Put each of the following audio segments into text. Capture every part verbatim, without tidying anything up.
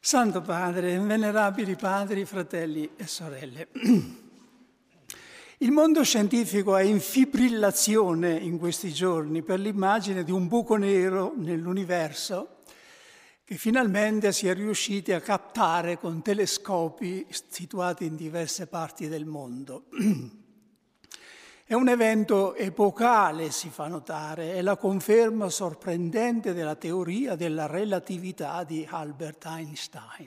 Santo Padre, venerabili padri, fratelli e sorelle, il mondo scientifico è in fibrillazione in questi giorni per l'immagine di un buco nero nell'universo che finalmente si è riusciti a captare con telescopi situati in diverse parti del mondo. È un evento epocale, si fa notare, è la conferma sorprendente della teoria della relatività di Albert Einstein.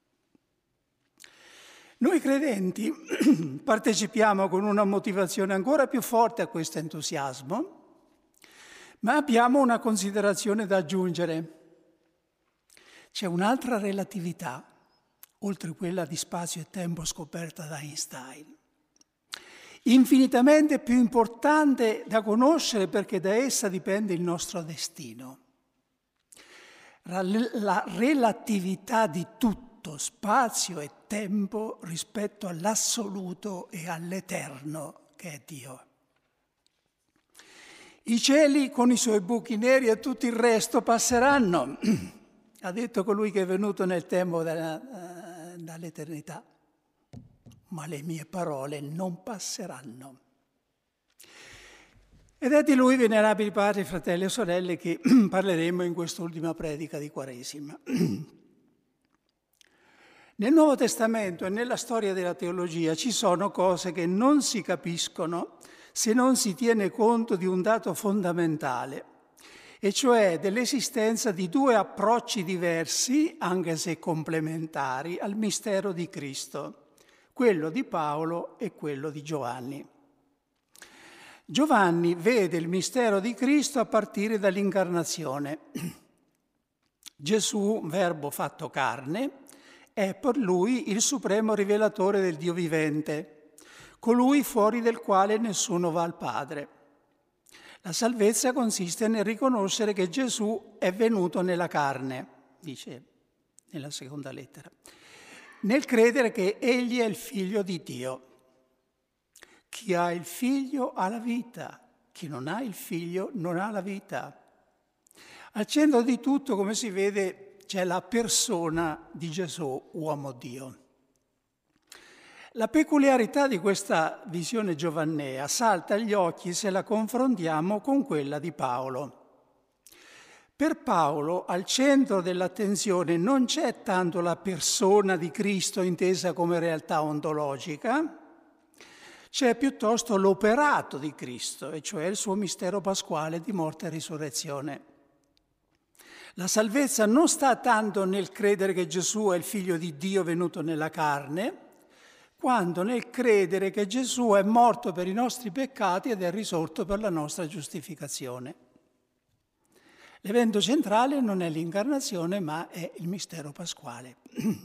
Noi credenti partecipiamo con una motivazione ancora più forte a questo entusiasmo, ma abbiamo una considerazione da aggiungere. C'è un'altra relatività, oltre quella di spazio e tempo scoperta da Einstein, infinitamente più importante da conoscere perché da essa dipende il nostro destino. La relatività di tutto, spazio e tempo, rispetto all'assoluto e all'eterno che è Dio. I cieli con i suoi buchi neri e tutto il resto passeranno, ha detto colui che è venuto nel tempo della, uh, dall'eternità. Ma le mie parole non passeranno. Ed è di lui, venerabili padri, fratelli e sorelle, che parleremo in quest'ultima predica di Quaresima. Nel Nuovo Testamento e nella storia della teologia ci sono cose che non si capiscono se non si tiene conto di un dato fondamentale, e cioè dell'esistenza di due approcci diversi, anche se complementari, al mistero di Cristo. Quello di Paolo e quello di Giovanni. Giovanni vede il mistero di Cristo a partire dall'incarnazione. Gesù, verbo fatto carne, è per lui il supremo rivelatore del Dio vivente, colui fuori del quale nessuno va al Padre. La salvezza consiste nel riconoscere che Gesù è venuto nella carne, dice nella seconda lettera, nel credere che egli è il figlio di Dio. Chi ha il figlio ha la vita, chi non ha il figlio non ha la vita. Al centro di tutto, come si vede, c'è la persona di Gesù, uomo Dio. La peculiarità di questa visione giovannea salta agli occhi se la confrontiamo con quella di Paolo. Per Paolo al centro dell'attenzione non c'è tanto la persona di Cristo intesa come realtà ontologica, c'è piuttosto l'operato di Cristo, e cioè il suo mistero pasquale di morte e risurrezione. La salvezza non sta tanto nel credere che Gesù è il figlio di Dio venuto nella carne, quanto nel credere che Gesù è morto per i nostri peccati ed è risorto per la nostra giustificazione. L'evento centrale non è l'incarnazione, ma è il mistero pasquale.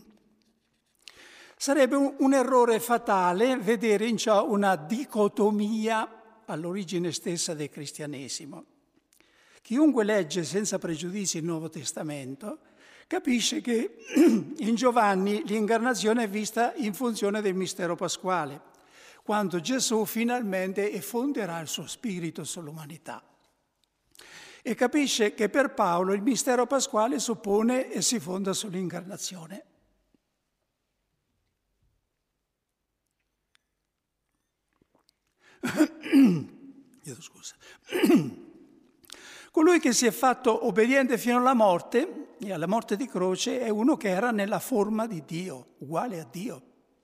Sarebbe un, un errore fatale vedere in ciò una dicotomia all'origine stessa del cristianesimo. Chiunque legge senza pregiudizi il Nuovo Testamento capisce che in Giovanni l'incarnazione è vista in funzione del mistero pasquale, quando Gesù finalmente effonderà il suo spirito sull'umanità. E capisce che per Paolo il mistero pasquale suppone e si fonda sull'incarnazione. Chiedo scusa. Colui che si è fatto obbediente fino alla morte, e alla morte di croce, è uno che era nella forma di Dio, uguale a Dio.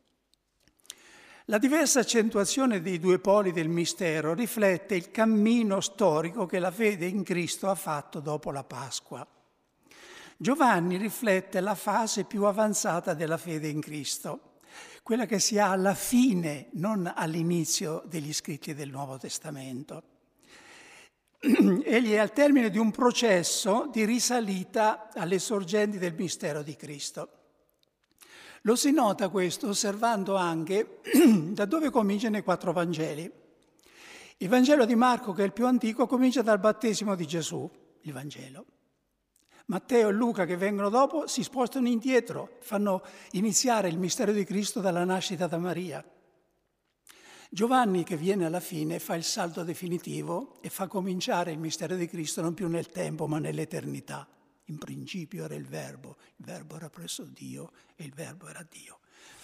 La diversa accentuazione dei due poli del mistero riflette il cammino storico che la fede in Cristo ha fatto dopo la Pasqua. Giovanni riflette la fase più avanzata della fede in Cristo, quella che si ha alla fine, non all'inizio degli scritti del Nuovo Testamento. Egli è al termine di un processo di risalita alle sorgenti del mistero di Cristo. Lo si nota questo osservando anche da dove cominciano i quattro Vangeli. Il Vangelo di Marco, che è il più antico, comincia dal battesimo di Gesù, il Vangelo. Matteo e Luca, che vengono dopo, si spostano indietro, fanno iniziare il mistero di Cristo dalla nascita da Maria. Giovanni, che viene alla fine, fa il salto definitivo e fa cominciare il mistero di Cristo non più nel tempo ma nell'eternità. In principio era il Verbo, il Verbo era presso Dio e il Verbo era Dio.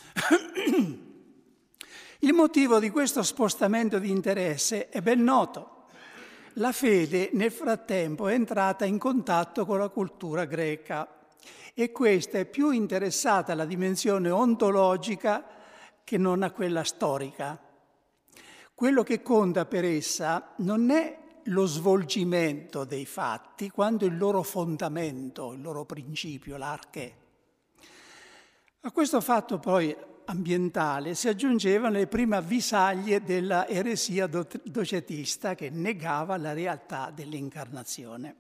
Il motivo di questo spostamento di interesse è ben noto. La fede nel frattempo è entrata in contatto con la cultura greca e questa è più interessata alla dimensione ontologica che non a quella storica. Quello che conta per essa non è lo svolgimento dei fatti, quanto il loro fondamento, il loro principio, l'arché. A questo fatto poi ambientale si aggiungevano le prime avvisaglie della eresia docetista che negava la realtà dell'incarnazione.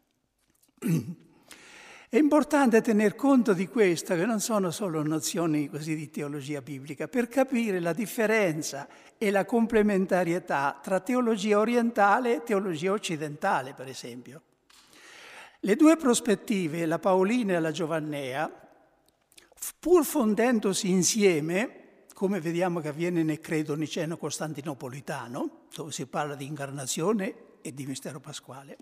È importante tener conto di questo, che non sono solo nozioni così di teologia biblica, per capire la differenza e la complementarietà tra teologia orientale e teologia occidentale, per esempio. Le due prospettive, la paolina e la giovannea, pur fondendosi insieme, come vediamo che avviene nel credo niceno-costantinopolitano, dove si parla di incarnazione e di mistero pasquale,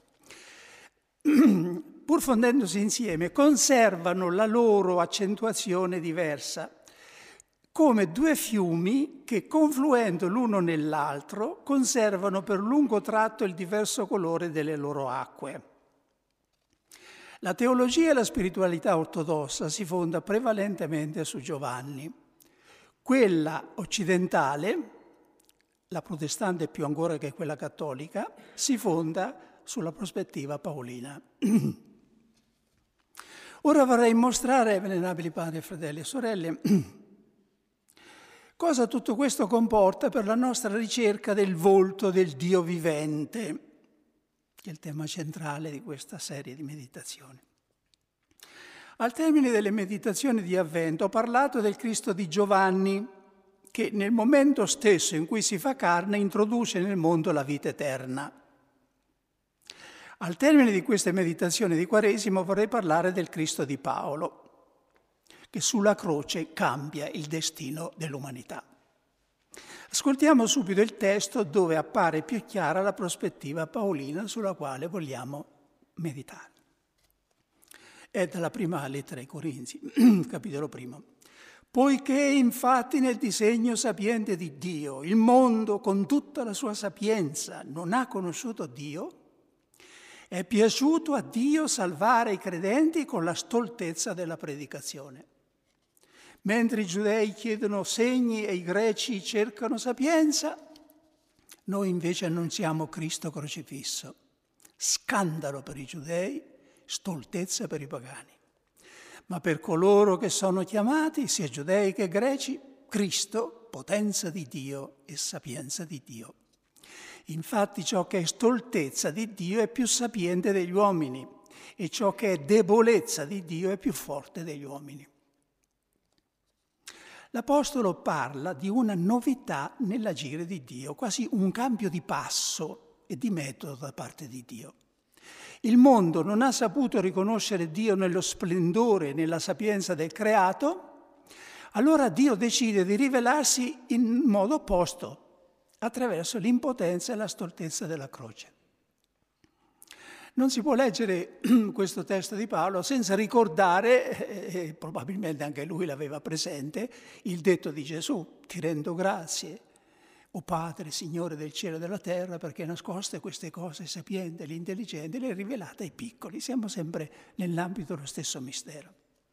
pur fondendosi insieme, conservano la loro accentuazione diversa, come due fiumi che, confluendo l'uno nell'altro, conservano per lungo tratto il diverso colore delle loro acque. La teologia e la spiritualità ortodossa si fonda prevalentemente su Giovanni. Quella occidentale, la protestante più ancora che quella cattolica, si fonda sulla prospettiva paolina. Ora vorrei mostrare, venerabili padri, fratelli e sorelle, cosa tutto questo comporta per la nostra ricerca del volto del Dio vivente, che è il tema centrale di questa serie di meditazioni. Al termine delle meditazioni di Avvento ho parlato del Cristo di Giovanni, che nel momento stesso in cui si fa carne introduce nel mondo la vita eterna. Al termine di queste meditazioni di Quaresima vorrei parlare del Cristo di Paolo, che sulla croce cambia il destino dell'umanità. Ascoltiamo subito il testo dove appare più chiara la prospettiva paolina sulla quale vogliamo meditare. È dalla prima lettera ai Corinzi, capitolo primo. Poiché infatti nel disegno sapiente di Dio il mondo con tutta la sua sapienza non ha conosciuto Dio, è piaciuto a Dio salvare i credenti con la stoltezza della predicazione. Mentre i giudei chiedono segni e i greci cercano sapienza, noi invece annunziamo Cristo crocifisso, scandalo per i giudei, stoltezza per i pagani. Ma per coloro che sono chiamati, sia giudei che greci, Cristo, potenza di Dio e sapienza di Dio. Infatti ciò che è stoltezza di Dio è più sapiente degli uomini e ciò che è debolezza di Dio è più forte degli uomini. L'Apostolo parla di una novità nell'agire di Dio, quasi un cambio di passo e di metodo da parte di Dio. Il mondo non ha saputo riconoscere Dio nello splendore e nella sapienza del creato, allora Dio decide di rivelarsi in modo opposto, attraverso l'impotenza e la stoltezza della croce. Non si può leggere questo testo di Paolo senza ricordare, e probabilmente anche lui l'aveva presente, il detto di Gesù: ti rendo grazie, o Padre, Signore del cielo e della terra, perché nascoste queste cose sapienti e intelligenti, le rivelate ai piccoli. Siamo sempre nell'ambito dello stesso mistero.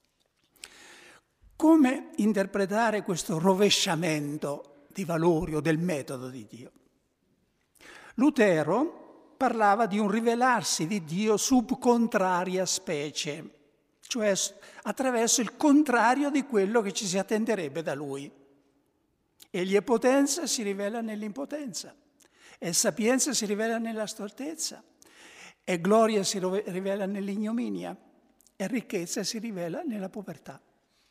Come interpretare questo rovesciamento di valori o del metodo di Dio? Lutero parlava di un rivelarsi di Dio sub contraria specie, cioè attraverso il contrario di quello che ci si attenderebbe da lui. Egli è potenza, si rivela nell'impotenza, è sapienza, si rivela nella stoltezza, è gloria, si rivela nell'ignominia, è ricchezza, si rivela nella povertà.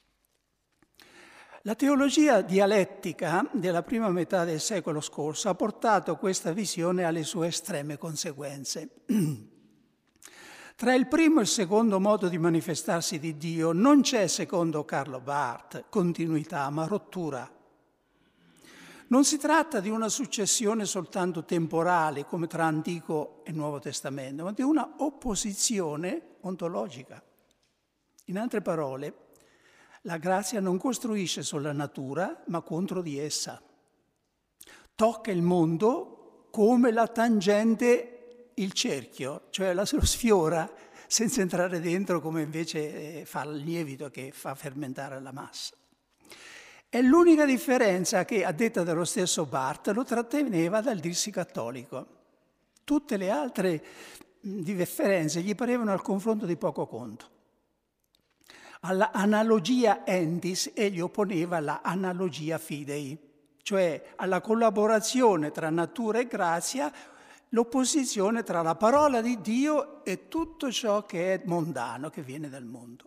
La teologia dialettica della prima metà del secolo scorso ha portato questa visione alle sue estreme conseguenze. Tra il primo e il secondo modo di manifestarsi di Dio non c'è, secondo Karl Barth, continuità, ma rottura. Non si tratta di una successione soltanto temporale, come tra Antico e Nuovo Testamento, ma di una opposizione ontologica. In altre parole, la grazia non costruisce sulla natura, ma contro di essa. Tocca il mondo come la tangente il cerchio, cioè lo sfiora senza entrare dentro come invece fa il lievito che fa fermentare la massa. È l'unica differenza che, a detta dello stesso Barth, lo tratteneva dal dirsi cattolico. Tutte le altre differenze gli parevano al confronto di poco conto. Alla analogia endis egli opponeva la analogia fidei, cioè alla collaborazione tra natura e grazia, l'opposizione tra la parola di Dio e tutto ciò che è mondano, che viene dal mondo.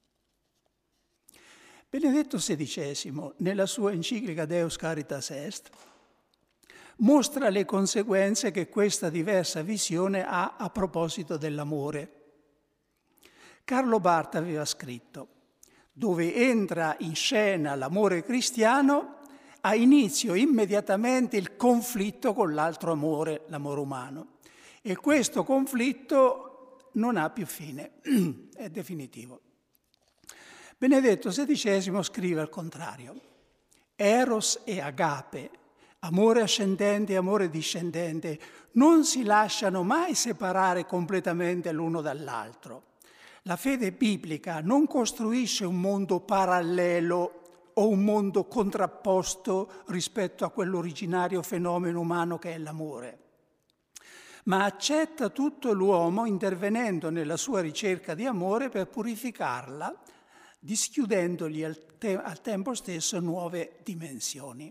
Benedetto sedicesimo, nella sua enciclica Deus Caritas Est, mostra le conseguenze che questa diversa visione ha a proposito dell'amore. Carlo Barth aveva scritto: dove entra in scena l'amore cristiano, ha inizio immediatamente il conflitto con l'altro amore, l'amore umano. E questo conflitto non ha più fine, è definitivo. Benedetto sedicesimo scrive al contrario: Eros e agape, amore ascendente e amore discendente, non si lasciano mai separare completamente l'uno dall'altro. La fede biblica non costruisce un mondo parallelo o un mondo contrapposto rispetto a quell'originario fenomeno umano che è l'amore, ma accetta tutto l'uomo intervenendo nella sua ricerca di amore per purificarla, dischiudendogli al, te- al tempo stesso nuove dimensioni.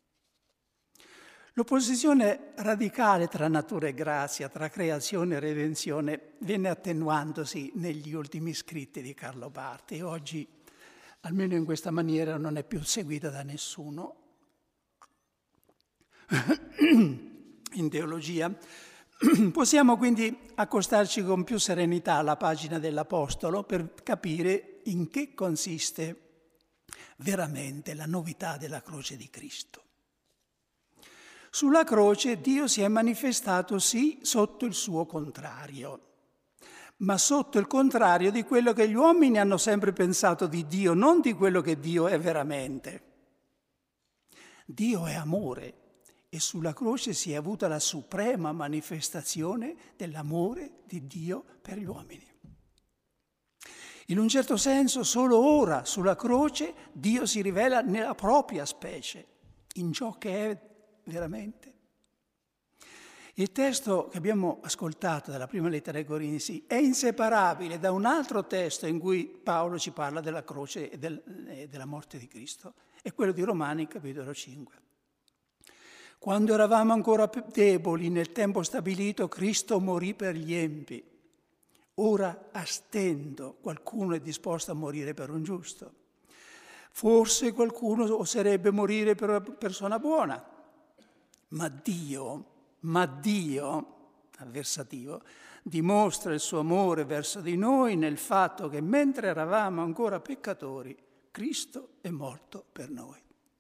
L'opposizione radicale tra natura e grazia, tra creazione e redenzione, venne attenuandosi negli ultimi scritti di Carlo Barth e oggi, almeno in questa maniera, non è più seguita da nessuno. In teologia possiamo quindi accostarci con più serenità alla pagina dell'Apostolo per capire in che consiste veramente la novità della croce di Cristo. Sulla croce Dio si è manifestato sì sotto il suo contrario, ma sotto il contrario di quello che gli uomini hanno sempre pensato di Dio, non di quello che Dio è veramente. Dio è amore e sulla croce si è avuta la suprema manifestazione dell'amore di Dio per gli uomini. In un certo senso, solo ora sulla croce Dio si rivela nella propria specie, in ciò che è veramente. Il testo che abbiamo ascoltato dalla prima lettera ai Corinzi è inseparabile da un altro testo in cui Paolo ci parla della croce e, del, e della morte di Cristo, è quello di Romani, capitolo cinque. Quando eravamo ancora più deboli, nel tempo stabilito, Cristo morì per gli empi. Ora, a stento, qualcuno è disposto a morire per un giusto. Forse qualcuno oserebbe morire per una persona buona. Ma Dio, ma Dio, avversativo, dimostra il suo amore verso di noi nel fatto che mentre eravamo ancora peccatori, Cristo è morto per noi.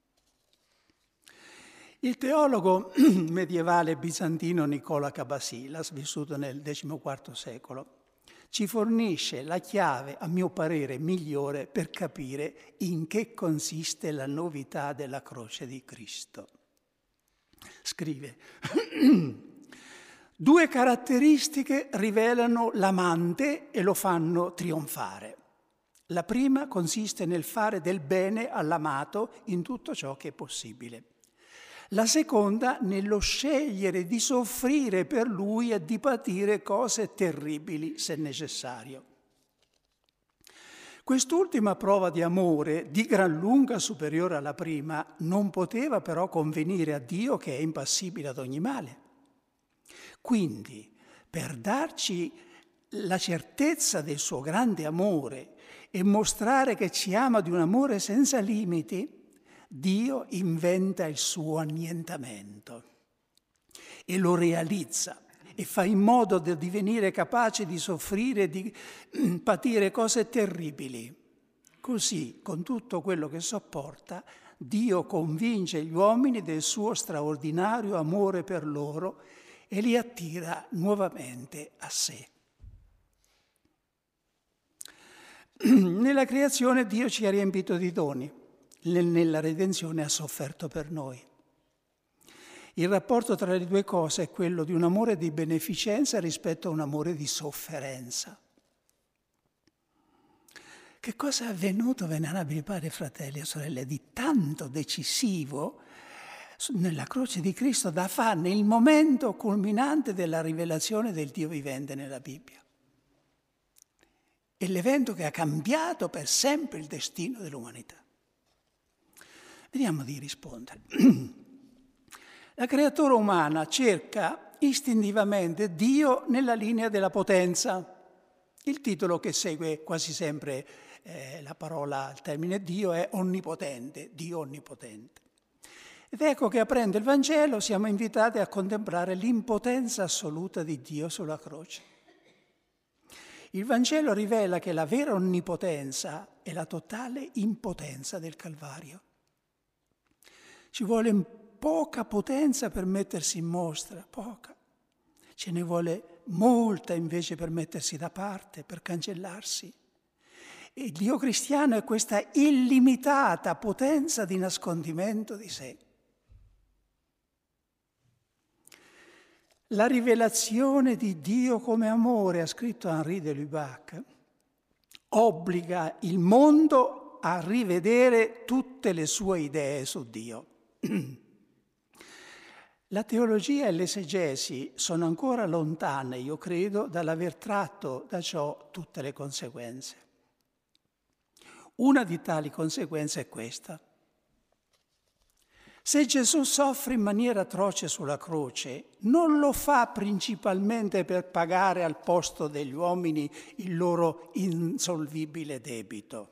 Il teologo medievale bizantino Nicola Cabasilas, vissuto nel diciquattro secolo, ci fornisce la chiave, a mio parere, migliore per capire in che consiste la novità della croce di Cristo. Scrive: due caratteristiche rivelano l'amante e lo fanno trionfare. La prima consiste nel fare del bene all'amato in tutto ciò che è possibile. La seconda nello scegliere di soffrire per lui e di patire cose terribili se necessario. Quest'ultima prova di amore, di gran lunga superiore alla prima, non poteva però convenire a Dio che è impassibile ad ogni male. Quindi, per darci la certezza del suo grande amore e mostrare che ci ama di un amore senza limiti, Dio inventa il suo annientamento e lo realizza e fa in modo di divenire capace di soffrire e di patire cose terribili. Così, con tutto quello che sopporta, Dio convince gli uomini del suo straordinario amore per loro e li attira nuovamente a sé. Nella creazione Dio ci ha riempito di doni, nella redenzione ha sofferto per noi. Il rapporto tra le due cose è quello di un amore di beneficenza rispetto a un amore di sofferenza. Che cosa è avvenuto, venerabili padri, fratelli e sorelle, di tanto decisivo nella croce di Cristo da fare nel momento culminante della rivelazione del Dio vivente nella Bibbia? È l'evento che ha cambiato per sempre il destino dell'umanità. Vediamo di rispondere. La creatura umana cerca istintivamente Dio nella linea della potenza. Il titolo che segue quasi sempre eh, la parola, il termine Dio, è onnipotente, Dio onnipotente. Ed ecco che aprendo il Vangelo siamo invitati a contemplare l'impotenza assoluta di Dio sulla croce. Il Vangelo rivela che la vera onnipotenza è la totale impotenza del Calvario. Ci vuole poca potenza per mettersi in mostra, poca. Ce ne vuole molta invece per mettersi da parte, per cancellarsi. E il Dio cristiano è questa illimitata potenza di nascondimento di sé. La rivelazione di Dio come amore, ha scritto Henri de Lubac, obbliga il mondo a rivedere tutte le sue idee su Dio. La teologia e l'esegesi sono ancora lontane, io credo, dall'aver tratto da ciò tutte le conseguenze. Una di tali conseguenze è questa. Se Gesù soffre in maniera atroce sulla croce, non lo fa principalmente per pagare al posto degli uomini il loro insolvibile debito.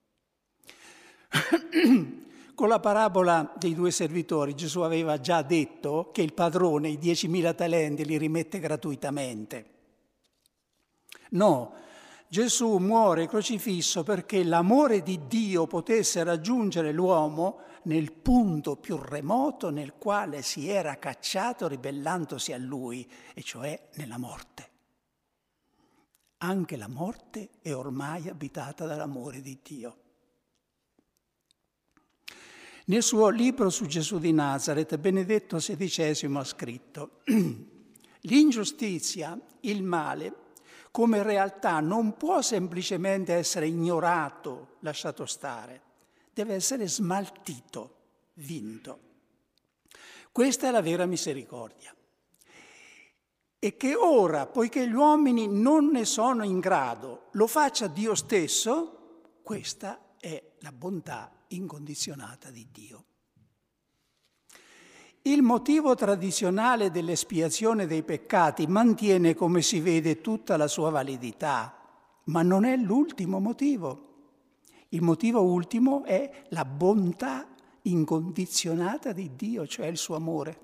Con la parabola dei due servitori Gesù aveva già detto che il padrone i diecimila talenti li rimette gratuitamente. No, Gesù muore crocifisso perché l'amore di Dio potesse raggiungere l'uomo nel punto più remoto nel quale si era cacciato ribellandosi a lui, e cioè nella morte. Anche la morte è ormai abitata dall'amore di Dio. Nel suo libro su Gesù di Nazaret, Benedetto sedicesimo ha scritto: l'ingiustizia, il male, come realtà non può semplicemente essere ignorato, lasciato stare, deve essere smaltito, vinto. Questa è la vera misericordia. E che ora, poiché gli uomini non ne sono in grado, lo faccia Dio stesso, questa è la bontà incondizionata di Dio. Il motivo tradizionale dell'espiazione dei peccati mantiene, come si vede, tutta la sua validità, ma non è l'ultimo motivo. Il motivo ultimo è la bontà incondizionata di Dio, cioè il suo amore.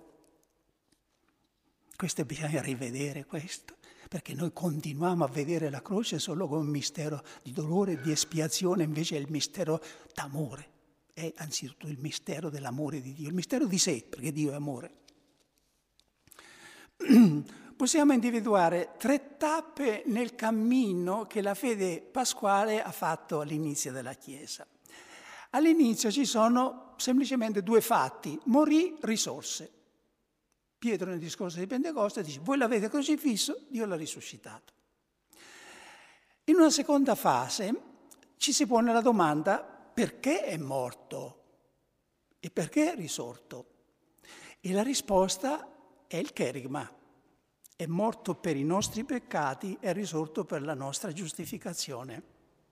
Questo bisogna rivedere questo, perché noi continuiamo a vedere la croce solo come un mistero di dolore e di espiazione, invece è il mistero d'amore. È anzitutto il mistero dell'amore di Dio, il mistero di sé, perché Dio è amore. Possiamo individuare tre tappe nel cammino che la fede pasquale ha fatto all'inizio della Chiesa. All'inizio ci sono semplicemente due fatti: morì, risorse. Pietro nel discorso di Pentecoste dice: voi l'avete crocifisso, Dio l'ha risuscitato. In una seconda fase ci si pone la domanda: perché è morto e perché è risorto? E la risposta è il cherigma. È morto per i nostri peccati, è risorto per la nostra giustificazione.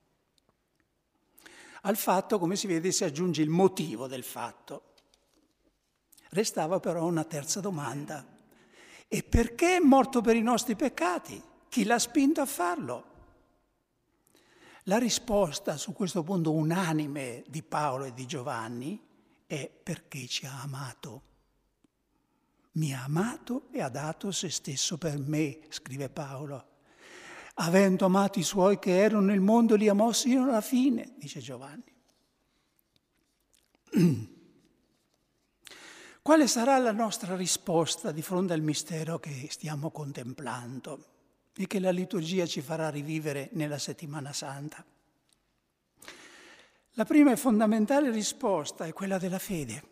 Al fatto, come si vede, si aggiunge il motivo del fatto. Restava però una terza domanda. E perché è morto per i nostri peccati? Chi l'ha spinto a farlo? La risposta su questo punto unanime di Paolo e di Giovanni è: perché ci ha amato. Mi ha amato e ha dato se stesso per me, scrive Paolo. Avendo amato i suoi che erano nel mondo, li amò sino alla fine, dice Giovanni. Quale sarà la nostra risposta di fronte al mistero che stiamo contemplando e che la liturgia ci farà rivivere nella Settimana Santa? La prima e fondamentale risposta è quella della fede.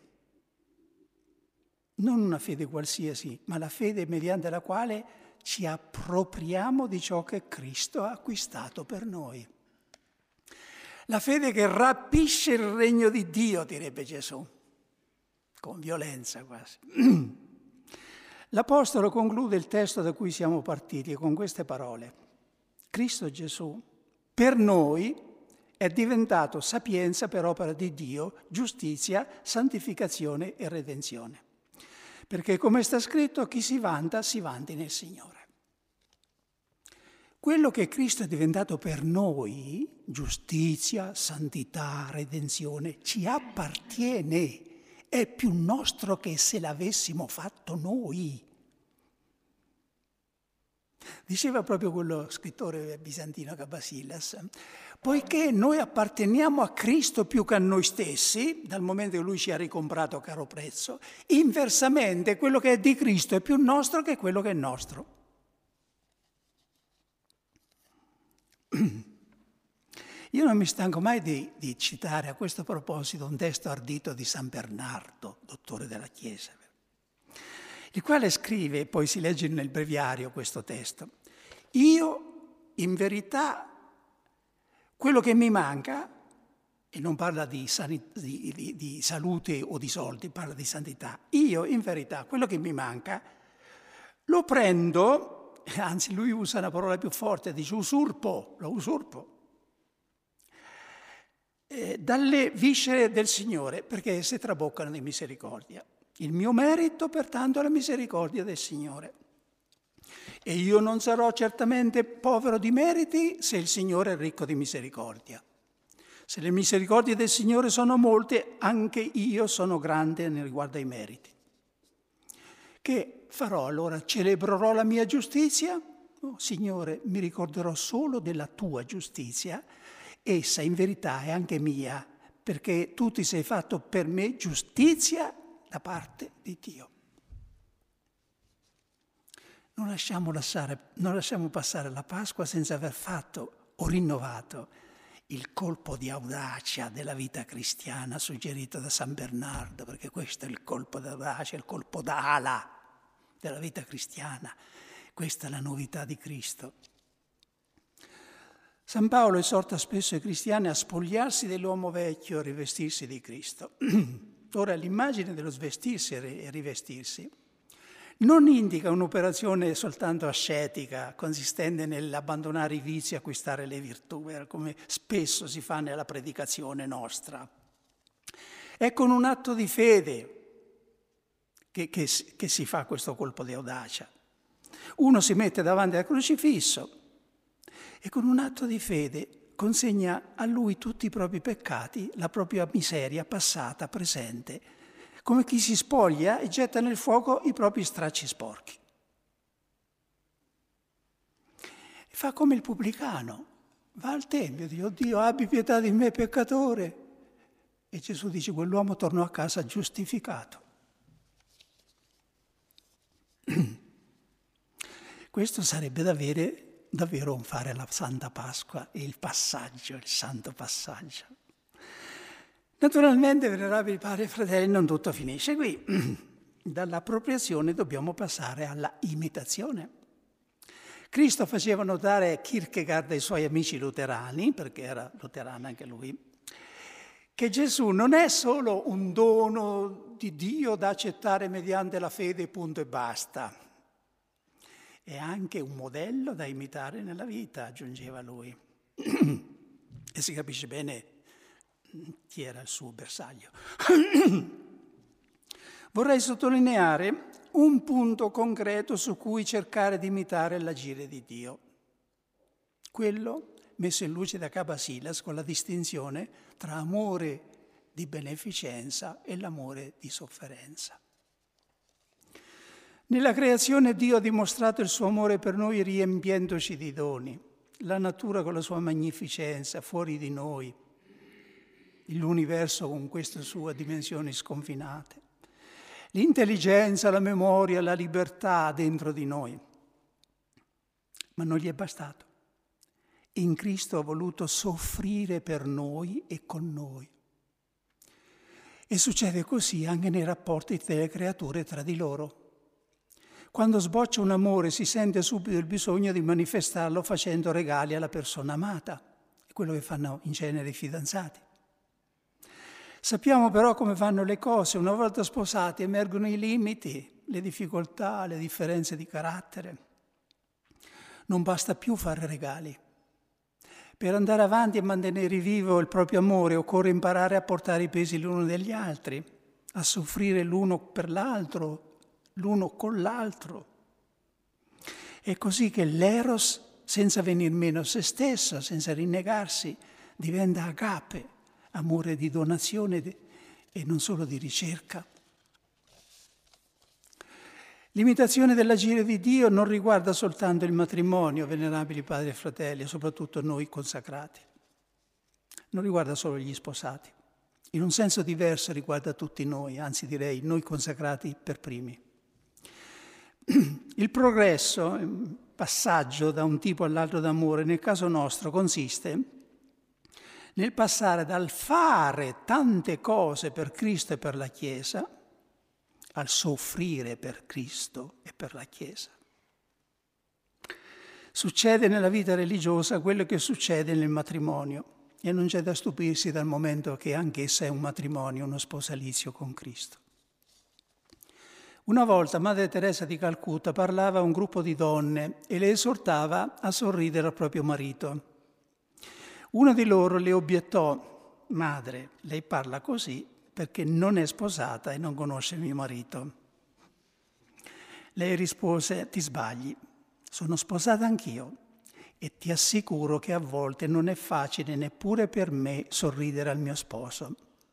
Non una fede qualsiasi, ma la fede mediante la quale ci appropriamo di ciò che Cristo ha acquistato per noi. La fede che rapisce il regno di Dio, direbbe Gesù, con violenza quasi. L'Apostolo conclude il testo da cui siamo partiti con queste parole. Cristo Gesù, per noi, è diventato sapienza per opera di Dio, giustizia, santificazione e redenzione. Perché, come sta scritto, chi si vanta, si vanti nel Signore. Quello che Cristo è diventato per noi, giustizia, santità, redenzione, ci appartiene. È più nostro che se l'avessimo fatto noi. Diceva proprio quello scrittore bizantino Cabasillas, poiché noi apparteniamo a Cristo più che a noi stessi, dal momento che Lui ci ha ricomprato a caro prezzo, inversamente quello che è di Cristo è più nostro che quello che è nostro. Io non mi stanco mai di, di citare a questo proposito un testo ardito di San Bernardo, dottore della Chiesa, il quale scrive, poi si legge nel breviario questo testo: io in verità quello che mi manca, e non parla di, sanit- di, di, di salute o di soldi, parla di santità, io in verità quello che mi manca lo prendo, anzi lui usa una parola più forte, dice usurpo, lo usurpo, eh, dalle viscere del Signore, perché esse traboccano di misericordia. Il mio merito, pertanto, è la misericordia del Signore. E io non sarò certamente povero di meriti se il Signore è ricco di misericordia. Se le misericordie del Signore sono molte, anche io sono grande nel riguardo ai meriti. Che farò allora? Celebrerò la mia giustizia? Oh, Signore, mi ricorderò solo della tua giustizia. Essa in verità è anche mia, perché tu ti sei fatto per me giustizia da parte di Dio. Non lasciamo, lasciare, non lasciamo passare la Pasqua senza aver fatto o rinnovato il colpo di audacia della vita cristiana suggerito da San Bernardo, perché questo è il colpo d'audacia, il colpo d'ala della vita cristiana. Questa è la novità di Cristo. San Paolo esorta spesso i cristiani a spogliarsi dell'uomo vecchio e a rivestirsi di Cristo. Ora, l'immagine dello svestirsi e rivestirsi non indica un'operazione soltanto ascetica, consistente nell'abbandonare i vizi e acquistare le virtù, come spesso si fa nella predicazione nostra. È con un atto di fede che, che, che si fa questo colpo di audacia. Uno si mette davanti al crocifisso e con un atto di fede consegna a Lui tutti i propri peccati, la propria miseria passata, presente, come chi si spoglia e getta nel fuoco i propri stracci sporchi. Fa come il pubblicano, va al Tempio, dice: "Oh Dio, abbi pietà di me peccatore". E Gesù dice: quell'uomo tornò a casa giustificato. Questo sarebbe da avere davvero un fare la Santa Pasqua e il passaggio, il santo passaggio. Naturalmente, venerabili padri e fratelli, non tutto finisce qui. Dall'appropriazione dobbiamo passare alla imitazione. Cristo faceva notare Kierkegaard ai suoi amici luterani, perché era luterano anche lui, che Gesù non è solo un dono di Dio da accettare mediante la fede, punto e basta. È anche un modello da imitare nella vita, aggiungeva lui. E si capisce bene chi era il suo bersaglio. Vorrei sottolineare un punto concreto su cui cercare di imitare l'agire di Dio. Quello messo in luce da Cabasillas con la distinzione tra amore di beneficenza e l'amore di sofferenza. Nella creazione Dio ha dimostrato il suo amore per noi riempiendoci di doni, la natura con la sua magnificenza fuori di noi, l'universo con queste sue dimensioni sconfinate, l'intelligenza, la memoria, la libertà dentro di noi. Ma non gli è bastato. in Cristo ha voluto soffrire per noi e con noi. E succede così anche nei rapporti delle creature tra di loro. Quando sboccia un amore si sente subito il bisogno di manifestarlo facendo regali alla persona amata. È quello che fanno in genere i fidanzati. Sappiamo però come vanno le cose. Una volta sposati emergono i limiti, le difficoltà, le differenze di carattere. Non basta più fare regali. Per andare avanti e mantenere vivo il proprio amore occorre imparare a portare i pesi l'uno degli altri, a soffrire l'uno per l'altro, l'uno con l'altro. È così che l'eros, senza venir meno a se stesso, senza rinnegarsi, diventa agape, amore di donazione e non solo di ricerca. L'imitazione dell'agire di Dio non riguarda soltanto il matrimonio, venerabili padri e fratelli, e soprattutto noi consacrati. Non riguarda solo gli sposati. In un senso diverso riguarda tutti noi, anzi direi noi consacrati per primi. Il progresso, il passaggio da un tipo all'altro d'amore, nel caso nostro, consiste nel passare dal fare tante cose per Cristo e per la Chiesa al soffrire per Cristo e per la Chiesa. Succede nella vita religiosa quello che succede nel matrimonio e non c'è da stupirsi dal momento che anch'essa è un matrimonio, uno sposalizio con Cristo. Una volta Madre Teresa di Calcutta parlava a un gruppo di donne e le esortava a sorridere al proprio marito. Una di loro le obiettò: «Madre, lei parla così perché non è sposata e non conosce mio marito». Lei rispose: «Ti sbagli, sono sposata anch'io e ti assicuro che a volte non è facile neppure per me sorridere al mio sposo».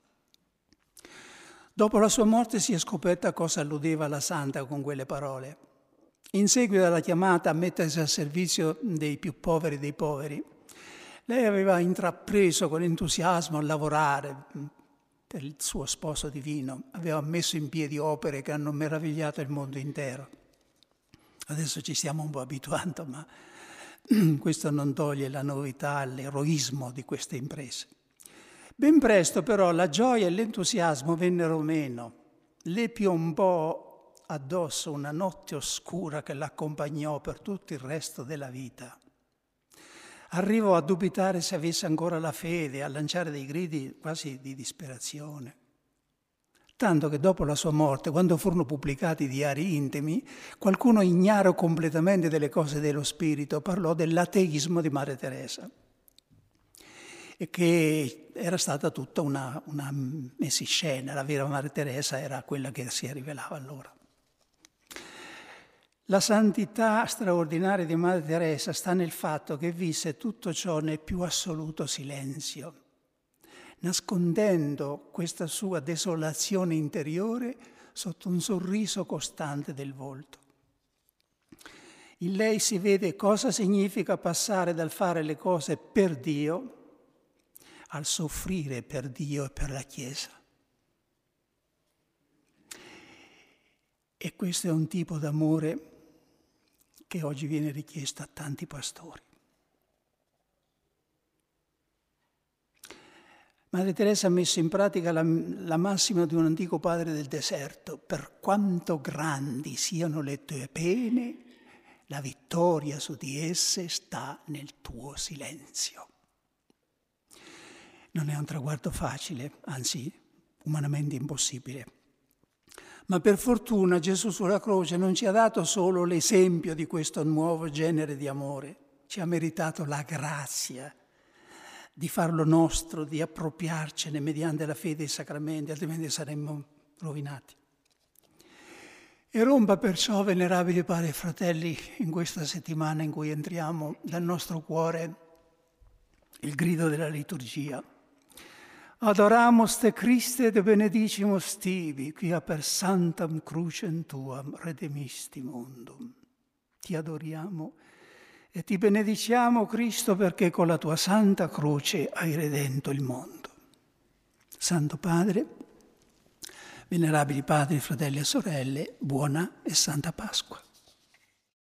Dopo la sua morte si è scoperta a cosa alludeva la santa con quelle parole. In seguito alla chiamata a mettersi al servizio dei più poveri dei poveri, lei aveva intrapreso con entusiasmo a lavorare per il suo sposo divino, aveva messo in piedi opere che hanno meravigliato il mondo intero. Adesso ci stiamo un po' abituando, ma questo non toglie la novità, l'eroismo di queste imprese. Ben presto però la gioia e l'entusiasmo vennero meno. Le piombò addosso una notte oscura che l'accompagnò per tutto il resto della vita. Arrivò a dubitare se avesse ancora la fede, a lanciare dei gridi quasi di disperazione. Tanto che dopo la sua morte, quando furono pubblicati i diari intimi, qualcuno ignaro completamente delle cose dello spirito parlò dell'ateismo di Madre Teresa, e che era stata tutta una, una messiscena. La vera Madre Teresa era quella che si rivelava allora. La santità straordinaria di Madre Teresa sta nel fatto che visse tutto ciò nel più assoluto silenzio, nascondendo questa sua desolazione interiore sotto un sorriso costante del volto. In lei si vede cosa significa passare dal fare le cose per Dio al soffrire per Dio e per la Chiesa. E questo è un tipo d'amore che oggi viene richiesto a tanti pastori. Madre Teresa ha messo in pratica la, la massima di un antico padre del deserto: per quanto grandi siano le tue pene, la vittoria su di esse sta nel tuo silenzio. Non è un traguardo facile, anzi umanamente impossibile. Ma per fortuna Gesù sulla croce non ci ha dato solo l'esempio di questo nuovo genere di amore, ci ha meritato la grazia di farlo nostro, di appropriarcene mediante la fede e i sacramenti, altrimenti saremmo rovinati. E rompa perciò, venerabili padri e fratelli, in questa settimana in cui entriamo, dal nostro cuore il grido della liturgia. Adoramus te Christe de benedicimus tibi, quia per santam crucem tuam redemisti mundum. Ti adoriamo e ti benediciamo, Cristo, perché con la tua santa croce hai redento il mondo. Santo Padre, venerabili padri, fratelli e sorelle, buona e santa Pasqua.